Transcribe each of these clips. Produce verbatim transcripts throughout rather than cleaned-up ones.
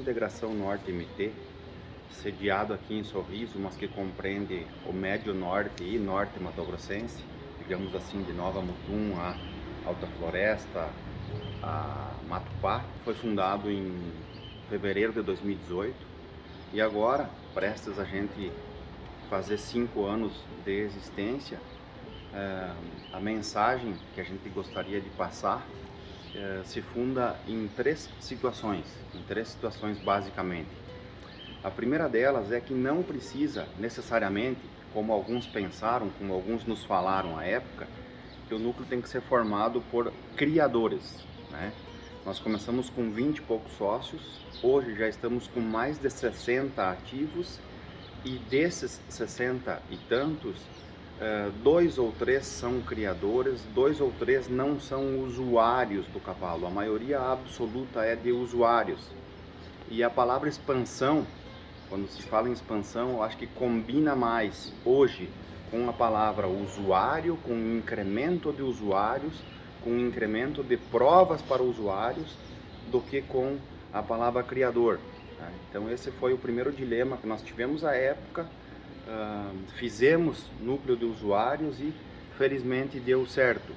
Integração Norte M T, sediado aqui em Sorriso, mas que compreende o Médio Norte e Norte Mato-Grossense, digamos assim, de Nova Mutum a Alta Floresta, a Matupá. Foi fundado em fevereiro de dois mil e dezoito e agora, prestes a gente fazer cinco anos de existência, é, a mensagem que a gente gostaria de passar é, se funda em três situações, em três situações basicamente. A primeira delas é que não precisa necessariamente, como alguns pensaram, como alguns nos falaram à época, que o núcleo tem que ser formado por criadores, né? Nós começamos com vinte e poucos sócios, hoje já estamos com mais de sessenta ativos e desses sessenta e tantos, dois ou três são criadores, dois ou três não são usuários do cavalo, a maioria absoluta é de usuários. E a palavra expansão, quando se fala em expansão, eu acho que combina mais hoje com a palavra usuário, com incremento de usuários, com incremento de provas para usuários, do que com a palavra criador. Então esse foi o primeiro dilema que nós tivemos à época, uh, fizemos núcleo de usuários e felizmente deu certo.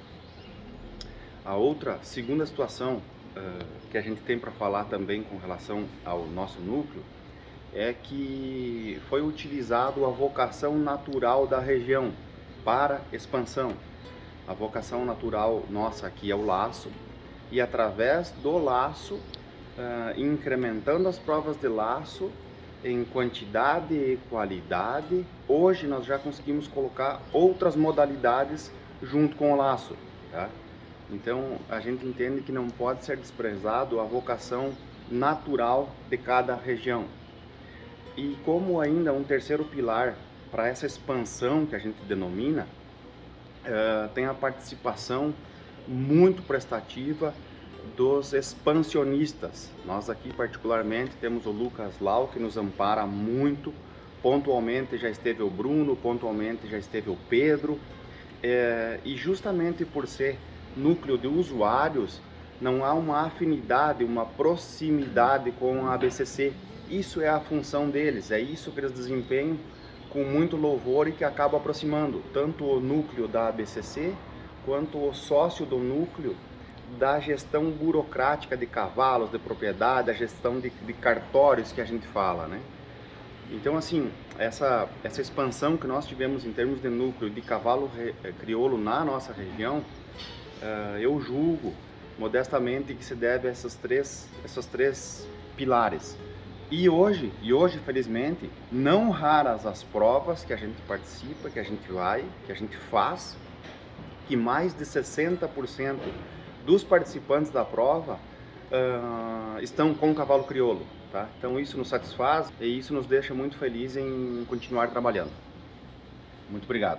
A outra, segunda situação uh, que a gente tem para falar também com relação ao nosso núcleo, é que foi utilizado a vocação natural da região para expansão. A vocação natural nossa aqui é o laço, e através do laço, Uh, incrementando as provas de laço em quantidade e qualidade, hoje nós já conseguimos colocar outras modalidades junto com o laço, tá? Então a gente entende que não pode ser desprezado a vocação natural de cada região. E como ainda um terceiro pilar para essa expansão que a gente denomina, uh, tem a participação muito prestativa dos expansionistas. Nós aqui particularmente temos o Lucas Lau, que nos ampara muito, pontualmente já esteve o Bruno, pontualmente já esteve o Pedro, é, e justamente por ser núcleo de usuários, não há uma afinidade, uma proximidade com a A B C C. Isso é a função deles, é isso que eles desempenham com muito louvor e que acaba aproximando tanto o núcleo da A B C C quanto o sócio do núcleo da gestão burocrática de cavalos, de propriedade, a gestão de, de cartórios que a gente fala, né? Então, assim, essa, essa expansão que nós tivemos em termos de núcleo de cavalo re, crioulo na nossa região, uh, eu julgo modestamente que se deve a essas três, essas três pilares. E hoje, e hoje, felizmente, não raras as provas que a gente participa, que a gente vai, que a gente faz, que mais de sessenta por cento dos participantes da prova uh, estão com o cavalo crioulo, tá? Então isso nos satisfaz e isso nos deixa muito felizes em continuar trabalhando. Muito obrigado.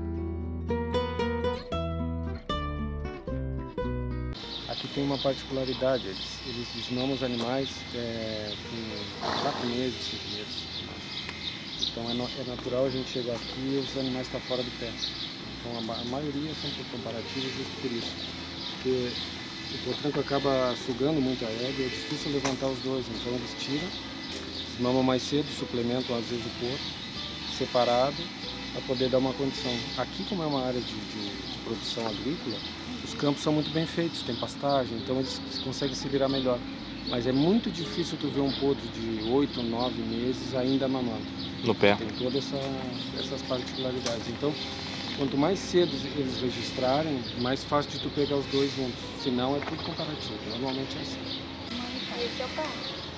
Aqui tem uma particularidade, eles, eles desmamam os animais é, com quatro meses, cinco meses. Então é, no, é natural a gente chegar aqui e os animais estão fora do pé. Então a, a maioria são por comparativos justo por isso. Porque o potranco acaba sugando muito a égua, é difícil levantar os dois, então eles tiram, desmamam mais cedo, suplementam às vezes o porco, separado, para poder dar uma condição. Aqui, como é uma área de, de, de produção agrícola, os campos são muito bem feitos, tem pastagem, então eles conseguem se virar melhor. Mas é muito difícil tu ver um potro de oito, nove meses ainda mamando. No pé. Tem todas essa, essas particularidades. Então, quanto mais cedo eles registrarem, mais fácil de tu pegar os dois juntos. Senão é tudo comparativo. Normalmente é assim. Esse é o pai.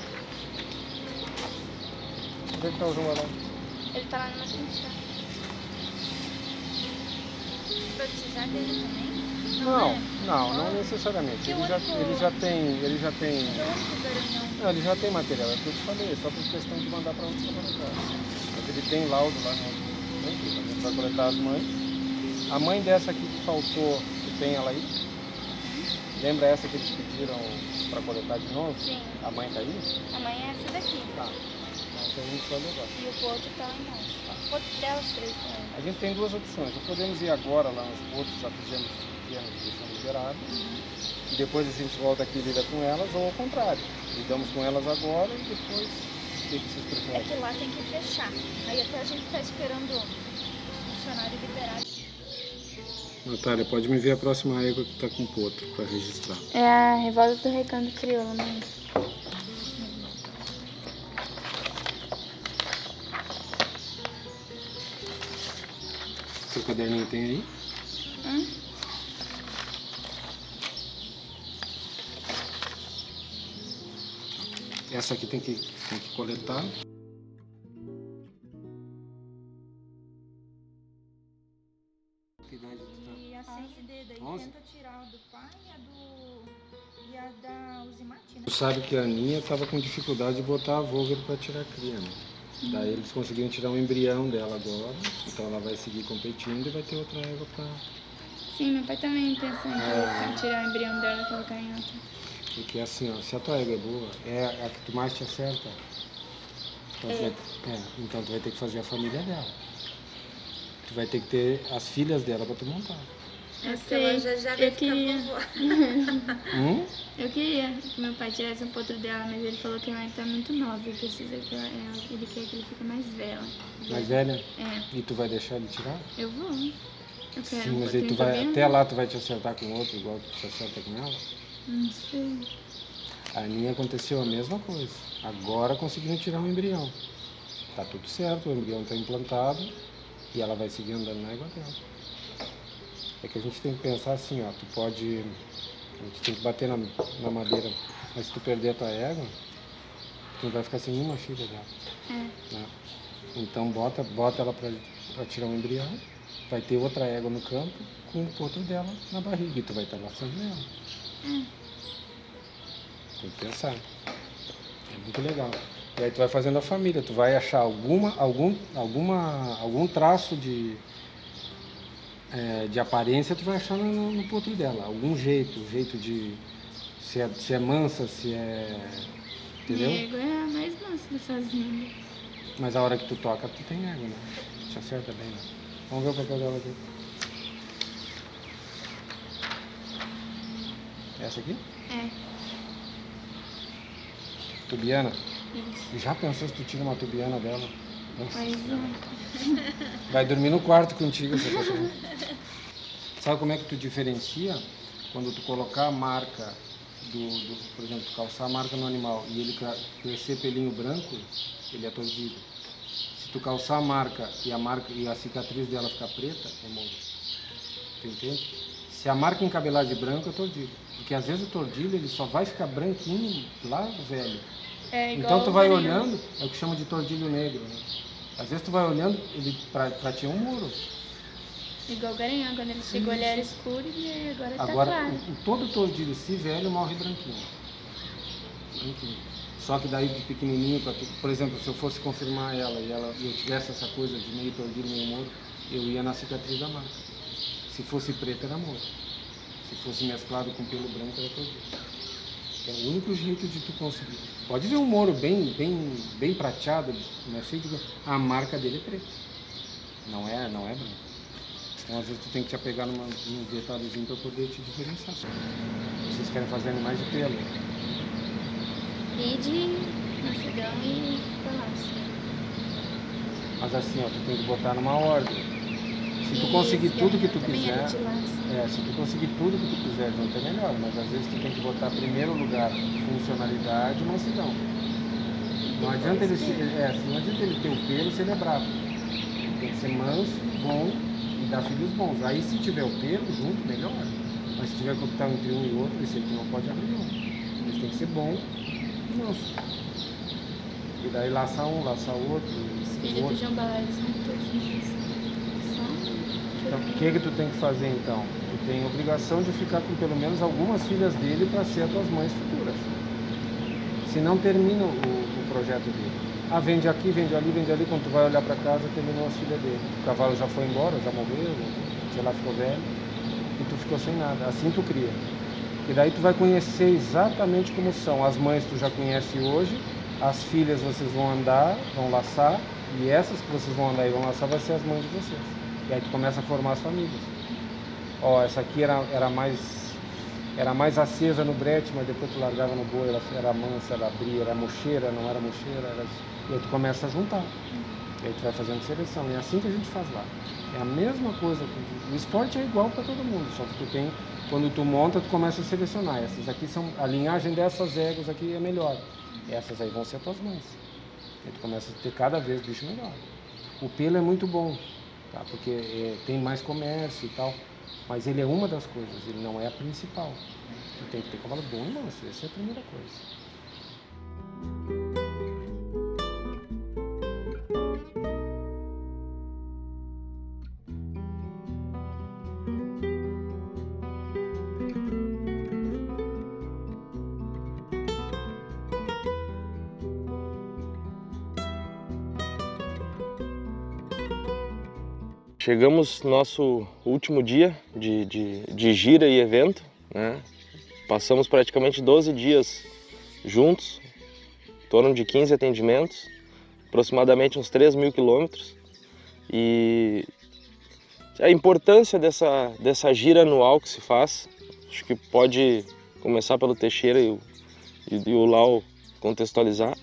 Onde é que tá o João lá? Ele tá lá no nosso quintal. Vai precisar dele também? Não, é? não, Só- não necessariamente. Que Ele já, único- ele já tem, ele já tem, Eu acho que o garanhão. não, ele já tem material. É o que eu te falei, é só por questão de mandar para outros laboratórios. Mas ele tem laudo lá no, a gente vai coletar as mães. A mãe dessa aqui que faltou, tu tem ela aí? Lembra essa que eles pediram para coletar de novo? Sim. A mãe tá aí? A mãe é essa daqui. Tá. Então a gente vai levar. E o outro tá lá embaixo. O outro delas três também. A gente tem duas opções. Ou podemos ir agora lá nos pontos, já fizemos pequenas deixam liberadas, e depois a gente volta aqui e lida com elas, ou ao contrário, lidamos com elas agora e depois o que, que vocês É preferem? que lá tem que fechar. Aí até a gente tá esperando o funcionário liberar. Natália, pode me ver a próxima égua que está com potro para registrar. É a Revolta do Recanto Crioulo, né? Seu caderninho tem aí? Hum? Essa aqui tem que, tem que coletar. Que idade tu tá? E a Sense D daí onze? tenta tirar a do pai e a do. e a da Uzimati, né? Tu sabe que a Aninha estava com dificuldade de botar a Volger para tirar a cria, né? Daí eles conseguiram tirar um embrião dela agora, então ela vai seguir competindo e vai ter outra égua para... Sim, meu pai também pensou em É. colocar, tirar o embrião dela e colocar em outra. Porque assim, ó, se a tua égua é boa, é a que tu mais te acerta. Então, tu É. vai, é, então tu vai ter que fazer a família dela. Tu vai ter que ter as filhas dela para tu montar. Eu Porque ela sei, já, já eu vai ficar queria. vovó. Hum? Eu queria que meu pai tirasse um potro dela, mas ele falou que ela tá muito nova e precisa que ela, ela- ele quer que ele fique mais velha. Mais velha? É, E tu vai deixar ele tirar? eu vou. Eu quero Sim, um mas aí potrinho tu vai, tubiano. até lá tu vai te acertar com outro, igual tu te acerta com ela? Não sei. A Aninha aconteceu a mesma coisa. Agora conseguiram tirar um embrião. Tá tudo certo, o embrião está implantado e ela vai seguir andando na égua dela. É que a gente tem que pensar assim, ó, tu pode... A gente tem que bater na, na madeira, mas se tu perder a tua égua, tu vai ficar sem nenhuma filha dela. É. Né? Então bota, bota ela para tirar um embrião, vai ter outra égua no campo com o potro dela na barriga e tu vai estar laçando ela. É. Tem que pensar. É muito legal. E aí tu vai fazendo a família, tu vai achar alguma, algum, alguma, algum traço de, é, de aparência, tu vai achar no, no, no potro dela. Algum jeito, jeito de se é, se é mansa, se é... Entendeu? Minha égua é a mais mansa da fazenda. Mas a hora que tu toca, tu tem égua, né? Te acerta bem, né? Vamos ver o papel dela aqui. Essa aqui? É, Tubiana. isso. Já pensou se tu tira uma tubiana dela? Nossa Mas Senhora. é. Vai dormir no quarto contigo essa cachorra. Sabe como é que tu diferencia? Quando tu colocar a marca do, do por exemplo, tu calçar a marca no animal e ele cra- crescer pelinho branco, ele é tordido. Se tu calçar a marca e a marca e a cicatriz dela ficar preta, é moro. Tu entende? Se a marca encabelar de branco, é tordido. Porque às vezes o tordilho ele só vai ficar branquinho lá velho. É igual Então tu o vai Garanhão. olhando, é o que chama de tordilho negro, né? Às vezes tu vai olhando, ele pra, pra ti é um muro. Igual o Garanhão, quando ele chegou ele era escuro e agora tá Agora, claro. o, o- todo tordilho, se velho, morre branquinho. Branquinho. Só que daí de pequenininho, pra tu, por exemplo, se eu fosse confirmar ela e ela, e eu tivesse essa coisa de meio tordilho, meio muro, eu ia na cicatriz da marca. Se fosse preto, era muro. Se fosse mesclado com pelo branco, era tordilho. É o único jeito de tu conseguir. Pode ver um moro bem, bem, bem prateado, não é cheio de... A marca dele é preta. Não é, não é branco. Então às vezes tu tem que te apegar numa, num detalhezinho para poder te diferenciar. Vocês querem fazer animais de pelo. E de macedão e palácio. Mas assim, ó, tu tem que botar numa ordem. Se tu E conseguir esse tudo que tu Garanhão também era quiser, de laço. é, se tu conseguir tudo que tu quiser junto é melhor, mas às vezes tu tem que botar em primeiro lugar funcionalidade e mansidão. Não adianta ele, se, é, assim, não adianta ele ter o pelo se ele é bravo. Ele tem que ser manso, bom e dar filhos bons. Aí se tiver o pelo junto, melhor. Mas se tiver que optar entre um e outro, esse aqui não pode abrir não. Eles têm que ser bom e manso. E daí laçar um, laçar o outro. Os o filhos do outro. jambalaya são todos meus. Então, São... o que que tu tem que fazer então? Tu tem obrigação de ficar com pelo menos algumas filhas dele para ser as tuas mães futuras. Se não termina o, o projeto dele. Ah, vende aqui, vende ali, vende ali, quando tu vai olhar para casa, terminou as filhas dele. O cavalo já foi embora, já morreu, sei lá, ficou velho, e tu ficou sem nada. Assim tu cria. E daí tu vai conhecer exatamente como são. As mães tu já conhece hoje, as filhas vocês vão andar, vão laçar, e essas que vocês vão andar e vão laçar vai ser as mães de vocês. E aí tu começa a formar as famílias. ó, essa aqui era, era mais... Era mais acesa no brete, mas depois tu largava no boi, ela era mansa, ela abria, era mocheira, não era mocheira, era... e aí tu começa a juntar. E aí tu vai fazendo seleção, e é assim que a gente faz lá. É a mesma coisa, o esporte é igual para todo mundo, só que tu tem, quando tu monta, tu começa a selecionar. Essas aqui são, a linhagem dessas éguas aqui é melhor, essas aí vão ser as tuas mães. E tu começa a ter cada vez bicho melhor. O pelo é muito bom, tá? Porque é, tem mais comércio e tal. Mas ele é uma das coisas, ele não é a principal. Tu tem que ter cavalo bom e manso, essa é a primeira coisa. Chegamos no nosso último dia de, de, de gira e evento, né? Passamos praticamente doze dias juntos, em torno de quinze atendimentos, aproximadamente uns três mil quilômetros. E a importância dessa, dessa gira anual que se faz, acho que pode começar pelo Teixeira e o, e, e o Lau contextualizar,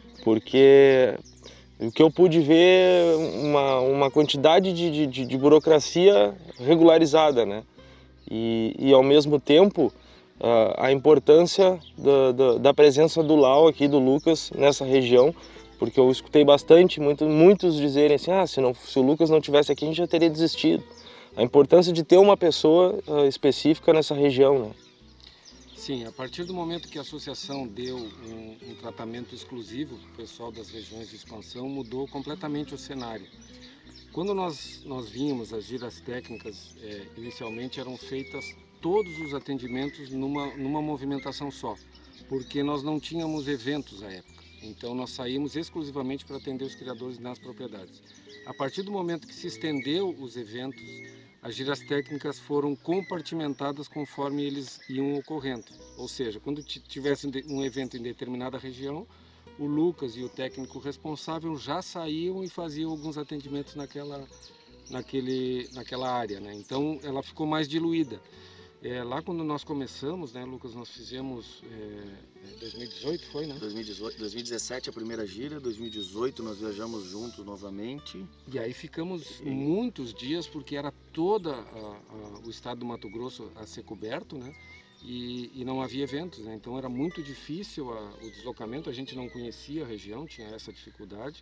porque o que eu pude ver, uma, uma quantidade de, de, de burocracia regularizada, né? E, e ao mesmo tempo a, a importância da, da, da presença do Lau aqui, do Lucas, nessa região, porque eu escutei bastante, muito, muitos dizerem assim, ah, se, não, se o Lucas não tivesse aqui a gente já teria desistido. A importância de ter uma pessoa uh, específica nessa região, né? Sim, a partir do momento que a associação deu um, um tratamento exclusivo para o pessoal das regiões de expansão, mudou completamente o cenário. Quando nós, nós vínhamos, as giras técnicas, é, inicialmente eram feitas todos os atendimentos numa, numa movimentação só, porque nós não tínhamos eventos à época. Então nós saímos exclusivamente para atender os criadores nas propriedades. A partir do momento que se estendeu os eventos, as giras técnicas foram compartimentadas conforme eles iam ocorrendo. Ou seja, quando tivesse um evento em determinada região, o Lucas e o técnico responsável já saíam e faziam alguns atendimentos naquela, naquele, naquela área, né? Então ela ficou mais diluída. É, lá quando nós começamos, né, Lucas, nós fizemos é, dois mil e dezoito, foi, né? dois mil e dezoito, dois mil e dezessete a primeira gira, dois mil e dezoito nós viajamos juntos novamente. E aí ficamos e... muitos dias, porque era todo o estado do Mato Grosso a ser coberto, né? E, e não havia eventos, né? Então era muito difícil a, o deslocamento, a gente não conhecia a região, tinha essa dificuldade.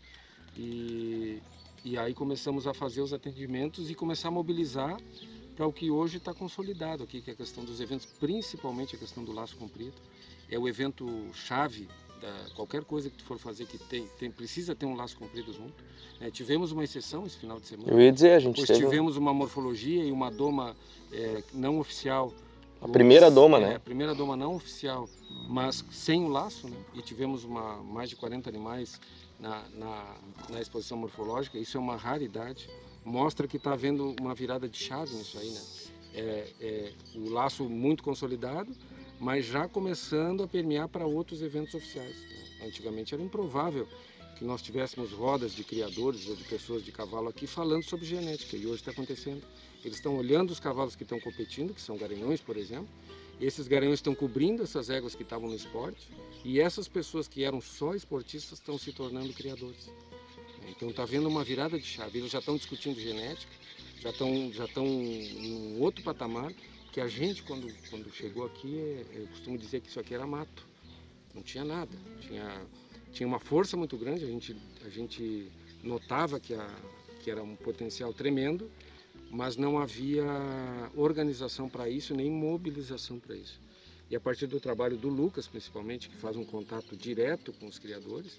E, e aí começamos a fazer os atendimentos e começar a mobilizar para o que hoje está consolidado aqui, que é a questão dos eventos, principalmente a questão do laço comprido. É o evento chave, da, qualquer coisa que tu for fazer que tem, tem, precisa ter um laço comprido junto. É, tivemos uma exceção esse final de semana. Eu ia dizer, a gente pois teve... tivemos uma morfologia e uma doma é, não oficial. A primeira doma, é, né? A primeira doma não oficial, mas sem o laço, né? E tivemos uma, mais de quarenta animais na, na, na exposição morfológica. Isso é uma raridade. Mostra que está havendo uma virada de chave nisso aí, né? É, é, o laço muito consolidado, mas já começando a permear para outros eventos oficiais, né? Antigamente era improvável que nós tivéssemos rodas de criadores ou de pessoas de cavalo aqui falando sobre genética, e hoje está acontecendo. Eles estão olhando os cavalos que estão competindo, que são garanhões, por exemplo. Esses garanhões estão cobrindo essas éguas que estavam no esporte, e essas pessoas que eram só esportistas estão se tornando criadores. Então está havendo uma virada de chave, eles já estão discutindo genética, já estão já estão em um outro patamar, que a gente, quando, quando chegou aqui, eu costumo dizer que isso aqui era mato, não tinha nada, tinha, tinha uma força muito grande, a gente, a gente notava que, a, que era um potencial tremendo, mas não havia organização para isso, nem mobilização para isso. E a partir do trabalho do Lucas, principalmente, que faz um contato direto com os criadores,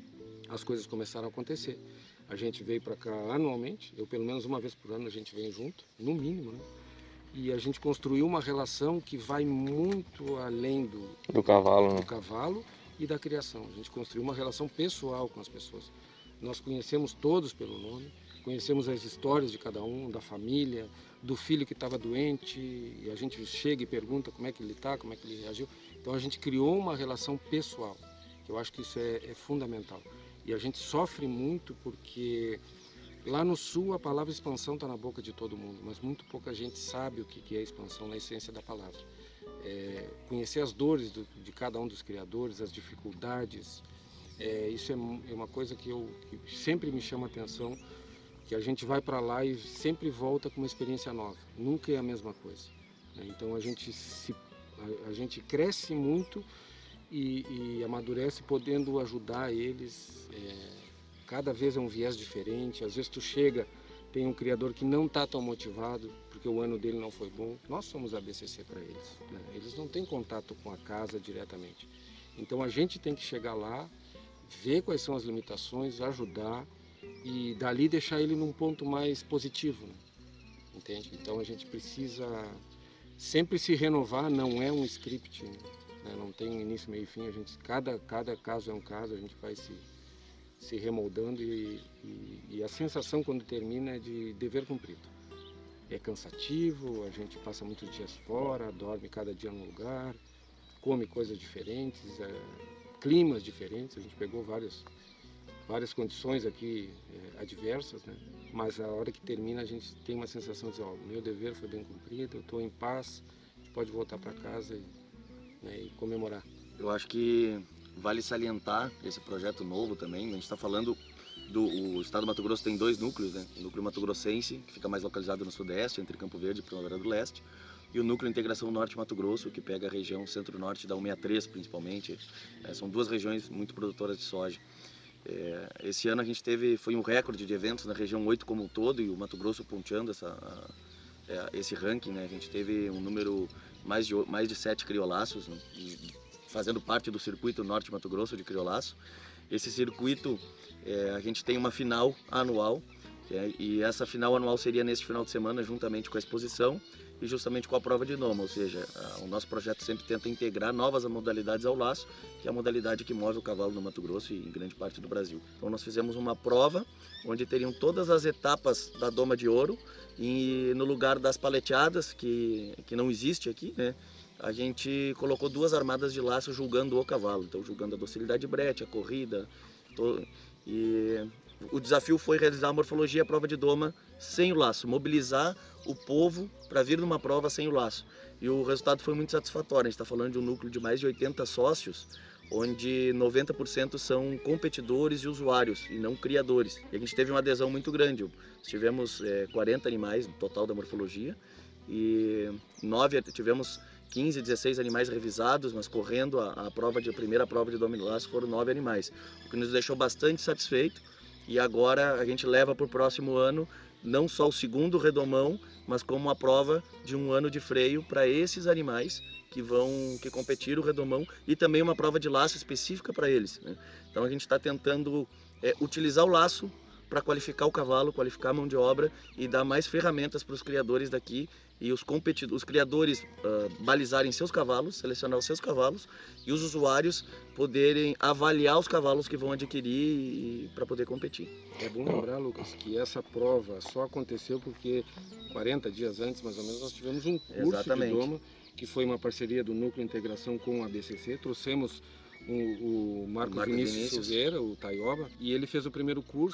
as coisas começaram a acontecer. A gente veio para cá anualmente, eu pelo menos uma vez por ano a gente vem junto, no mínimo, né? E a gente construiu uma relação que vai muito além do, do cavalo, né? do cavalo e da criação. A gente construiu uma relação pessoal com as pessoas. Nós conhecemos todos pelo nome, conhecemos as histórias de cada um, da família, do filho que estava doente, e a gente chega e pergunta como é que ele está, como é que ele reagiu. Então a gente criou uma relação pessoal, que eu acho que isso é, é fundamental. E a gente sofre muito porque Lá no sul a palavra expansão está na boca de todo mundo, mas muito pouca gente sabe o que é expansão na essência da palavra. É, conhecer as dores do, de cada um dos criadores, as dificuldades, é, isso é, é uma coisa que, eu, que sempre me chama a atenção, que a gente vai para lá e sempre volta com uma experiência nova, nunca é a mesma coisa. Né? Então a gente, se, a, a gente cresce muito e, e amadurece podendo ajudar eles. É, cada vez é um viés diferente, às vezes tu chega, tem um criador que não está tão motivado, porque o ano dele não foi bom. Nós somos a B C C para eles, né? Eles não têm contato com a casa diretamente. Então a gente tem que chegar lá, ver quais são as limitações, ajudar e dali deixar ele num ponto mais positivo, né? Entende? Então a gente precisa sempre se renovar, não é um script, né? Não tem um início, meio e fim, a gente, cada, cada caso é um caso, a gente vai se... se remoldando e, e, e a sensação quando termina é de dever cumprido. É cansativo, a gente passa muitos dias fora, dorme cada dia num lugar, come coisas diferentes, é, climas diferentes, a gente pegou várias, várias condições aqui é, adversas, né? Mas a hora que termina a gente tem uma sensação de, ó, meu dever foi bem cumprido, eu estou em paz, a gente pode voltar para casa e, né, e comemorar. Eu acho que vale salientar esse projeto novo também. A gente está falando do o estado do Mato Grosso tem dois núcleos, né? O núcleo Mato Grossense, que fica mais localizado no sudeste, entre Campo Verde e Primavera do Leste, e o núcleo Integração Norte Mato Grosso, que pega a região centro-norte da cento e sessenta e três principalmente. É, são duas regiões muito produtoras de soja. É, esse ano a gente teve, foi um recorde de eventos na região oito como um todo, e o Mato Grosso ponteando essa, a, é, esse ranking, né? A gente teve um número mais de, mais de sete criolaços, né? E, fazendo parte do circuito Norte Mato Grosso de criolaço. Esse circuito, é, a gente tem uma final anual, é, e essa final anual seria neste final de semana, juntamente com a exposição e justamente com a prova de Noma, ou seja, a, o nosso projeto sempre tenta integrar novas modalidades ao laço, que é a modalidade que move o cavalo no Mato Grosso e em grande parte do Brasil. Então nós fizemos uma prova onde teriam todas as etapas da doma de ouro, e no lugar das paleteadas, que, que não existe aqui, né? A gente colocou duas armadas de laço julgando o cavalo, então julgando a docilidade de brete, a corrida, to... e o desafio foi realizar a morfologia, a prova de doma sem o laço, mobilizar o povo para vir numa prova sem o laço, e o resultado foi muito satisfatório. A gente está falando de um núcleo de mais de oitenta sócios, onde noventa por cento são competidores e usuários, e não criadores, e a gente teve uma adesão muito grande. Tivemos é, quarenta animais no total da morfologia, e nove, tivemos quinze, dezesseis animais revisados, mas correndo a, a, prova de, a primeira prova de domínio laço foram nove animais, o que nos deixou bastante satisfeito. E agora a gente leva para o próximo ano não só o segundo redomão, mas como uma prova de um ano de freio para esses animais que vão que competir o redomão, e também uma prova de laço específica para eles, né? Então a gente está tentando é, utilizar o laço para qualificar o cavalo, qualificar a mão de obra e dar mais ferramentas para os criadores daqui, e os competidores, os criadores uh, balizarem seus cavalos, selecionar os seus cavalos, e os usuários poderem avaliar os cavalos que vão adquirir para poder competir. É bom lembrar, Lucas, que essa prova só aconteceu porque quarenta dias antes, mais ou menos, nós tivemos um curso Exatamente. de doma, que foi uma parceria do Núcleo Integração com a B C C. Trouxemos o, o Marcos, Marcos Vinícius, Vinícius Silveira, o Taioba, e ele fez o primeiro curso,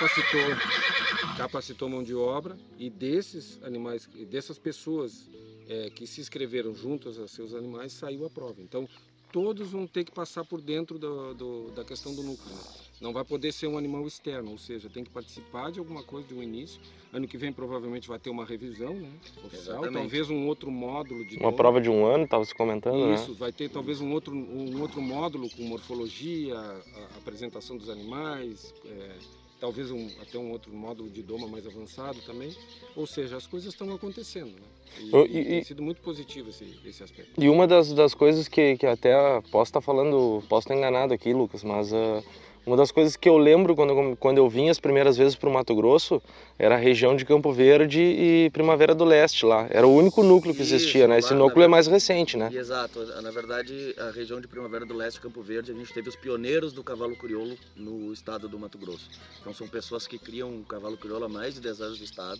capacitou, capacitou mão de obra, e desses animais, dessas pessoas é, que se inscreveram juntos a seus animais, saiu a prova. Então, todos vão ter que passar por dentro do, do, da questão do núcleo, né? Não vai poder ser um animal externo, ou seja, tem que participar de alguma coisa de um início. Ano que vem provavelmente vai ter uma revisão, né, oficial, Exatamente. talvez um outro módulo de uma doma. prova de um ano, estava se comentando, Isso, né? vai ter talvez um outro, um outro módulo com morfologia, a, a apresentação dos animais, é, talvez um, até um outro módulo de doma mais avançado também. Ou seja, as coisas estão acontecendo, né? E, Eu, e, e tem sido muito positivo esse, esse aspecto. E uma das, das coisas que, que até posso estar falando, posso estar enganado aqui, Lucas, mas uh, uma das coisas que eu lembro quando, eu, quando eu vim as primeiras vezes para o Mato Grosso era a região de Campo Verde e Primavera do Leste lá. Era o único núcleo que existia, Isso, né? Esse lá, núcleo é mais recente, né? Exato. Na verdade, a região de Primavera do Leste e Campo Verde, a gente teve os pioneiros do cavalo crioulo no estado do Mato Grosso. Então são pessoas que criam o cavalo crioulo há mais de dez anos no estado.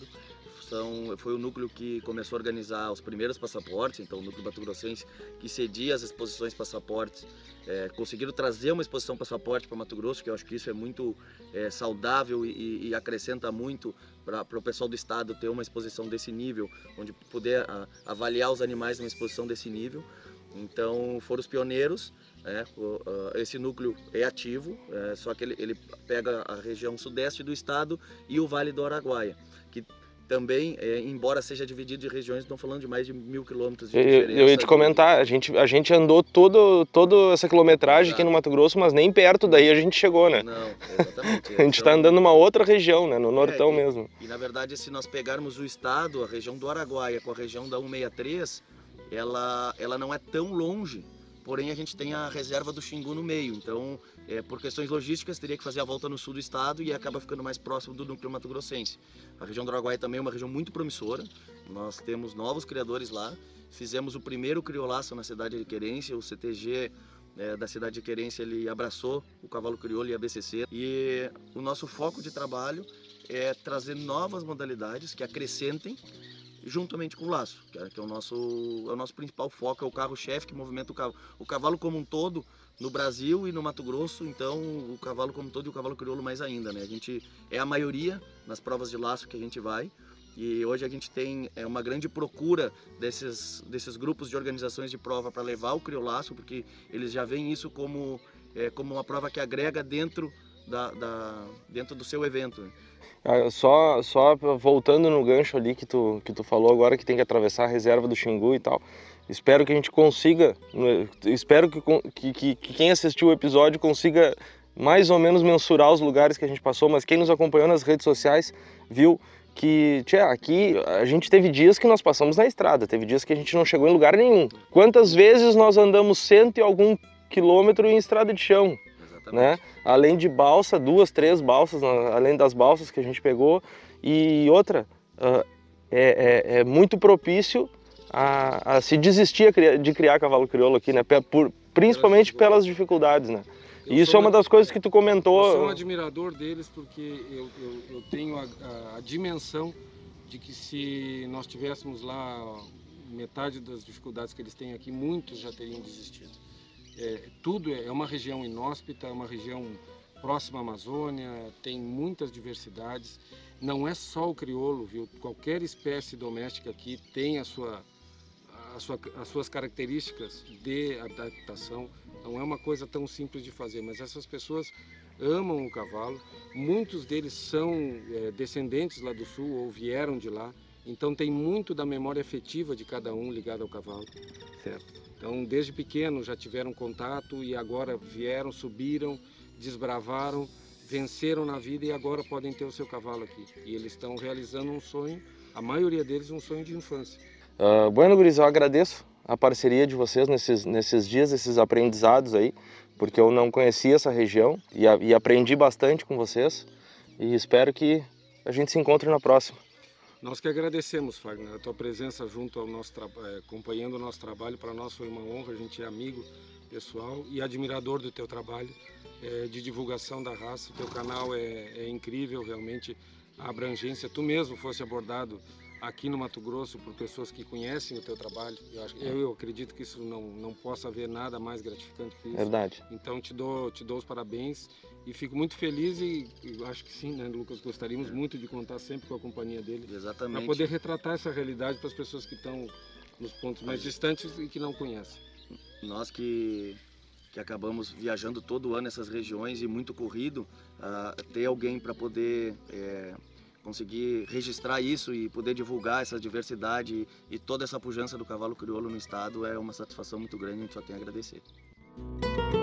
São, foi o núcleo que começou a organizar os primeiros passaportes, então o núcleo mato-grossense que cedia as exposições passaportes, é, conseguiram trazer uma exposição passaporte para Mato Grosso, Grosso, que eu acho que isso é muito é, saudável e, e acrescenta muito para o pessoal do estado ter uma exposição desse nível, onde poder a, avaliar os animais numa exposição desse nível. Então foram os pioneiros. É, o, uh, esse núcleo é ativo, é, só que ele, ele pega a região sudeste do estado e o Vale do Araguaia, que também, é, embora seja dividido de regiões, estão falando de mais de mil quilômetros de diferença. Eu, eu ia te comentar, a gente, a gente andou todo, toda essa quilometragem Exato. aqui no Mato Grosso, mas nem perto daí a gente chegou, né? Não, exatamente. A gente está andando numa outra região, né? No nortão é, e, mesmo. E na verdade, se nós pegarmos o estado, a região do Araguaia com a região da cento e sessenta e três, ela, ela não é tão longe. Porém, a gente tem a reserva do Xingu no meio, então, é, por questões logísticas, teria que fazer a volta no sul do estado e acaba ficando mais próximo do núcleo mato-grossense. A região do Araguaia também é uma região muito promissora, nós temos novos criadores lá, fizemos o primeiro criolaço na cidade de Querência, o C T G é, da cidade de Querência, ele abraçou o cavalo crioulo e a B C C, e o nosso foco de trabalho é trazer novas modalidades que acrescentem juntamente com o laço, que é, que é, o, nosso, é o nosso principal foco, é o carro-chefe que movimenta o cavalo. O cavalo como um todo no Brasil e no Mato Grosso, então o cavalo como um todo e o cavalo crioulo mais ainda, né? A gente é a maioria nas provas de laço que a gente vai, e hoje a gente tem é, uma grande procura desses, desses grupos de organizações de prova para levar o criolaço, porque eles já veem isso como, é, como uma prova que agrega dentro, da, da, dentro do seu evento, né? Só, só voltando no gancho ali que tu, que tu falou agora, que tem que atravessar a reserva do Xingu e tal, espero que a gente consiga, espero que, que, que quem assistiu o episódio consiga mais ou menos mensurar os lugares que a gente passou, mas quem nos acompanhou nas redes sociais viu que, tchê, aqui a gente teve dias que nós passamos na estrada, teve dias que a gente não chegou em lugar nenhum. Quantas vezes nós andamos cento e algum quilômetro em estrada de chão? Né? Além de balsa, duas, três balsas, além das balsas que a gente pegou. E outra, uh, é, é, é muito propício a, a se desistir de criar cavalo crioulo aqui, né? Por, principalmente pelas dificuldades, né? E isso é uma das coisas que tu comentou. Eu sou um admirador deles porque eu, eu, eu tenho a, a, a dimensão de que se nós tivéssemos lá metade das dificuldades que eles têm aqui, muitos já teriam desistido. É, tudo é, é uma região inóspita, é uma região próxima à Amazônia, tem muitas diversidades. Não é só o crioulo, viu? Qualquer espécie doméstica aqui tem a sua, a sua, as suas características de adaptação. Não é uma coisa tão simples de fazer, mas essas pessoas amam o cavalo. Muitos deles são é, descendentes lá do sul ou vieram de lá. Então tem muito da memória afetiva de cada um ligado ao cavalo. Certo. Então, desde pequeno já tiveram contato e agora vieram, subiram, desbravaram, venceram na vida e agora podem ter o seu cavalo aqui. E eles estão realizando um sonho, a maioria deles um sonho de infância. Uh, bueno, guris, eu agradeço a parceria de vocês nesses, nesses dias, esses aprendizados aí, porque eu não conhecia essa região e, a, e aprendi bastante com vocês e espero que a gente se encontre na próxima. Nós que agradecemos, Fagner, a tua presença junto ao nosso trabalho, acompanhando o nosso trabalho. Para nós foi uma honra, a gente é amigo pessoal e admirador do teu trabalho é, de divulgação da raça. O teu canal é, é incrível, realmente, a abrangência. Tu mesmo fosse abordado aqui no Mato Grosso por pessoas que conhecem o teu trabalho. Eu, acho, eu, eu acredito que isso não, não possa haver nada mais gratificante que isso. Verdade. Então te dou, te dou os parabéns e fico muito feliz e, e acho que sim, né, Lucas? Gostaríamos é. muito de contar sempre com a companhia dele. Exatamente. Para poder retratar essa realidade para as pessoas que estão nos pontos mais distantes e que não conhecem. Nós que, que acabamos viajando todo ano nessas regiões e muito corrido, uh, ter alguém para poder... É, conseguir registrar isso e poder divulgar essa diversidade e toda essa pujança do cavalo crioulo no estado é uma satisfação muito grande, a gente só tem a agradecer.